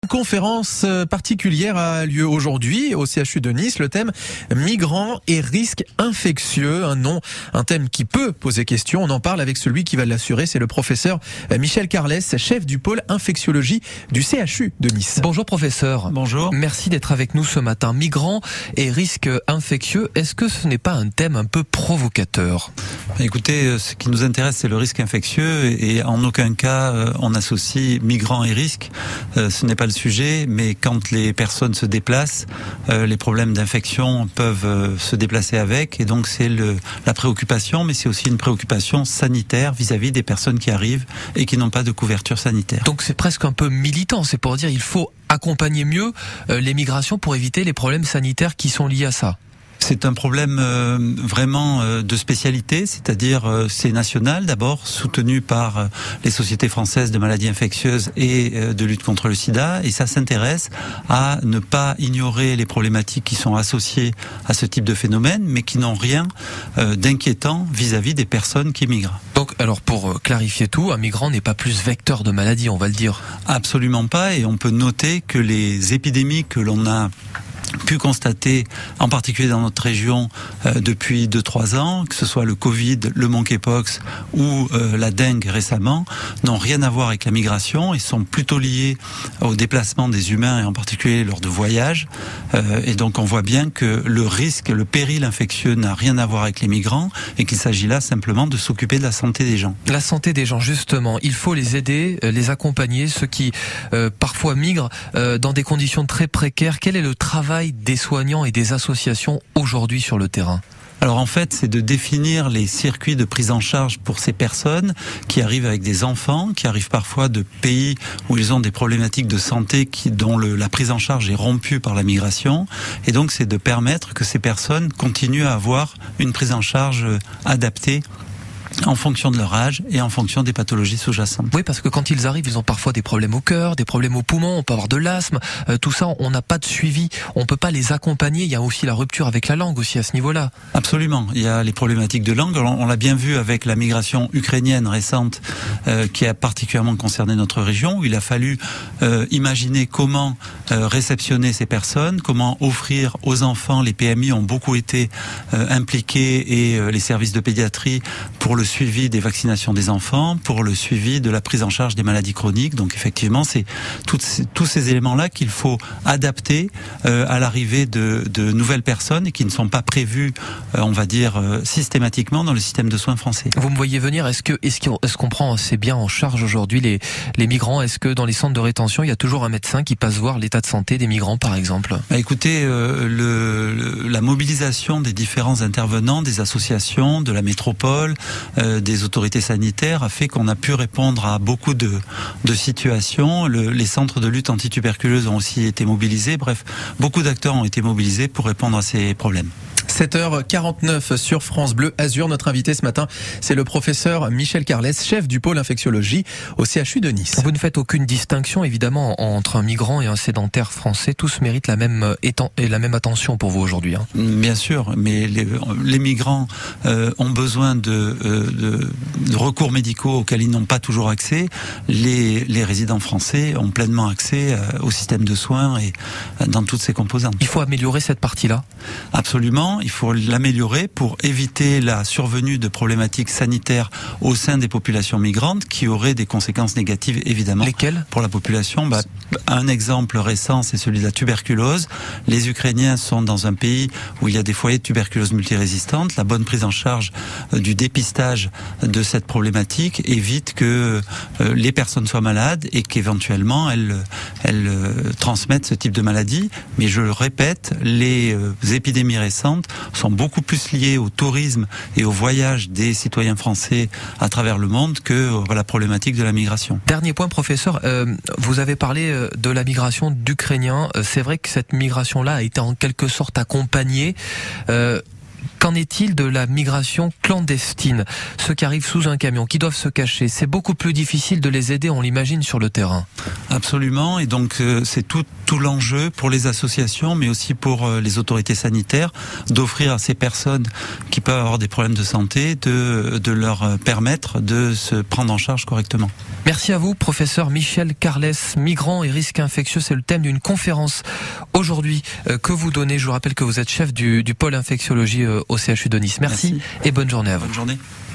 Une conférence particulière a lieu aujourd'hui au CHU de Nice. Le thème migrants et risques infectieux. Un thème qui peut poser question. On en parle avec celui qui va l'assurer. C'est le professeur Michel Carles, chef du pôle infectiologie du CHU de Nice. Bonjour professeur. Bonjour. Merci d'être avec nous ce matin. Migrants et risques infectieux. Est-ce que ce n'est pas un thème un peu provocateur ? Écoutez, ce qui nous intéresse, c'est le risque infectieux et en aucun cas on associe migrants et risques. Ce n'est pas le sujet, mais quand les personnes se déplacent, les problèmes d'infection peuvent se déplacer avec, et donc c'est la préoccupation, mais c'est aussi une préoccupation sanitaire vis-à-vis des personnes qui arrivent et qui n'ont pas de couverture sanitaire. Donc c'est presque un peu militant, c'est pour dire il faut accompagner mieux les migrations pour éviter les problèmes sanitaires qui sont liés à ça. C'est un problème vraiment de spécialité, c'est-à-dire c'est national d'abord, soutenu par les sociétés françaises de maladies infectieuses et de lutte contre le sida, et ça s'intéresse à ne pas ignorer les problématiques qui sont associées à ce type de phénomène, mais qui n'ont rien d'inquiétant vis-à-vis des personnes qui migrent. Donc alors pour clarifier tout, un migrant n'est pas plus vecteur de maladie, on va le dire. Absolument pas, et on peut noter que les épidémies que l'on a pu constater, en particulier dans notre région, depuis 2-3 ans, que ce soit le Covid, le monkeypox ou la dengue récemment, n'ont rien à voir avec la migration et sont plutôt liés au déplacement des humains et en particulier lors de voyages. Et donc on voit bien que le risque, le péril infectieux n'a rien à voir avec les migrants et qu'il s'agit là simplement de s'occuper de la santé des gens. La santé des gens, justement, il faut les aider, les accompagner, ceux qui parfois migrent dans des conditions très précaires. Quel est le travail des soignants et des associations aujourd'hui sur le terrain ? Alors en fait, c'est de définir les circuits de prise en charge pour ces personnes qui arrivent avec des enfants, qui arrivent parfois de pays où ils ont des problématiques de santé dont la prise en charge est rompue par la migration. Et donc c'est de permettre que ces personnes continuent à avoir une prise en charge adaptée en fonction de leur âge et en fonction des pathologies sous-jacentes. Oui, parce que quand ils arrivent, ils ont parfois des problèmes au cœur, des problèmes aux poumons, on peut avoir de l'asthme, tout ça, on n'a pas de suivi, on peut pas les accompagner, il y a aussi la rupture avec la langue aussi à ce niveau-là. Absolument, il y a les problématiques de langue, on l'a bien vu avec la migration ukrainienne récente qui a particulièrement concerné notre région, où il a fallu imaginer comment réceptionner ces personnes, comment offrir aux enfants, les PMI ont beaucoup été impliqués et les services de pédiatrie pour le suivi des vaccinations des enfants, pour le suivi de la prise en charge des maladies chroniques. Donc effectivement, c'est tous ces éléments-là qu'il faut adapter à l'arrivée de nouvelles personnes et qui ne sont pas prévus, on va dire, systématiquement dans le système de soins français. Vous me voyez venir, est-ce qu'on prend assez bien en charge aujourd'hui les migrants ? Est-ce que dans les centres de rétention, il y a toujours un médecin qui passe voir l'état de santé des migrants, par exemple ? Écoutez, la mobilisation des différents intervenants, des associations, de la métropole, des autorités sanitaires a fait qu'on a pu répondre à beaucoup de situations. Les centres de lutte antituberculeuse ont aussi été mobilisés. Bref, beaucoup d'acteurs ont été mobilisés pour répondre à ces problèmes. 7h49 sur France Bleu Azur. Notre invité ce matin, c'est le professeur Michel Carles, chef du pôle infectiologie au CHU de Nice. Vous ne faites aucune distinction, évidemment, entre un migrant et un sédentaire français. Tous méritent la même attention pour vous aujourd'hui. Hein. Bien sûr, mais les migrants ont besoin de recours médicaux auxquels ils n'ont pas toujours accès. Les résidents français ont pleinement accès au système de soins et dans toutes ses composantes. Il faut améliorer cette partie-là ? Absolument. Il faut l'améliorer pour éviter la survenue de problématiques sanitaires au sein des populations migrantes qui auraient des conséquences négatives évidemment. Lesquelles ? Pour la population. Un exemple récent, c'est celui de la tuberculose. Les Ukrainiens sont dans un pays où il y a des foyers de tuberculose multirésistante. La bonne prise en charge du dépistage de cette problématique évite que les personnes soient malades et qu'éventuellement elles transmettent ce type de maladie. Mais je le répète, les épidémies récentes sont beaucoup plus liées au tourisme et au voyage des citoyens français à travers le monde que la problématique de la migration. Dernier point, professeur, vous avez parlé de la migration d'Ukrainiens. C'est vrai que cette migration-là a été en quelque sorte accompagnée Qu'en est-il de la migration clandestine? Ceux qui arrivent sous un camion, qui doivent se cacher, c'est beaucoup plus difficile de les aider, on l'imagine, sur le terrain. Absolument, et donc c'est tout l'enjeu pour les associations, mais aussi pour les autorités sanitaires, d'offrir à ces personnes qui peuvent avoir des problèmes de santé, de leur permettre de se prendre en charge correctement. Merci à vous, professeur Michel Carles. Migrants et risques infectieux, c'est le thème d'une conférence aujourd'hui que vous donnez. Je vous rappelle que vous êtes chef du pôle infectiologie au CHU de Nice. Merci. Et bonne journée à vous. Bonne journée.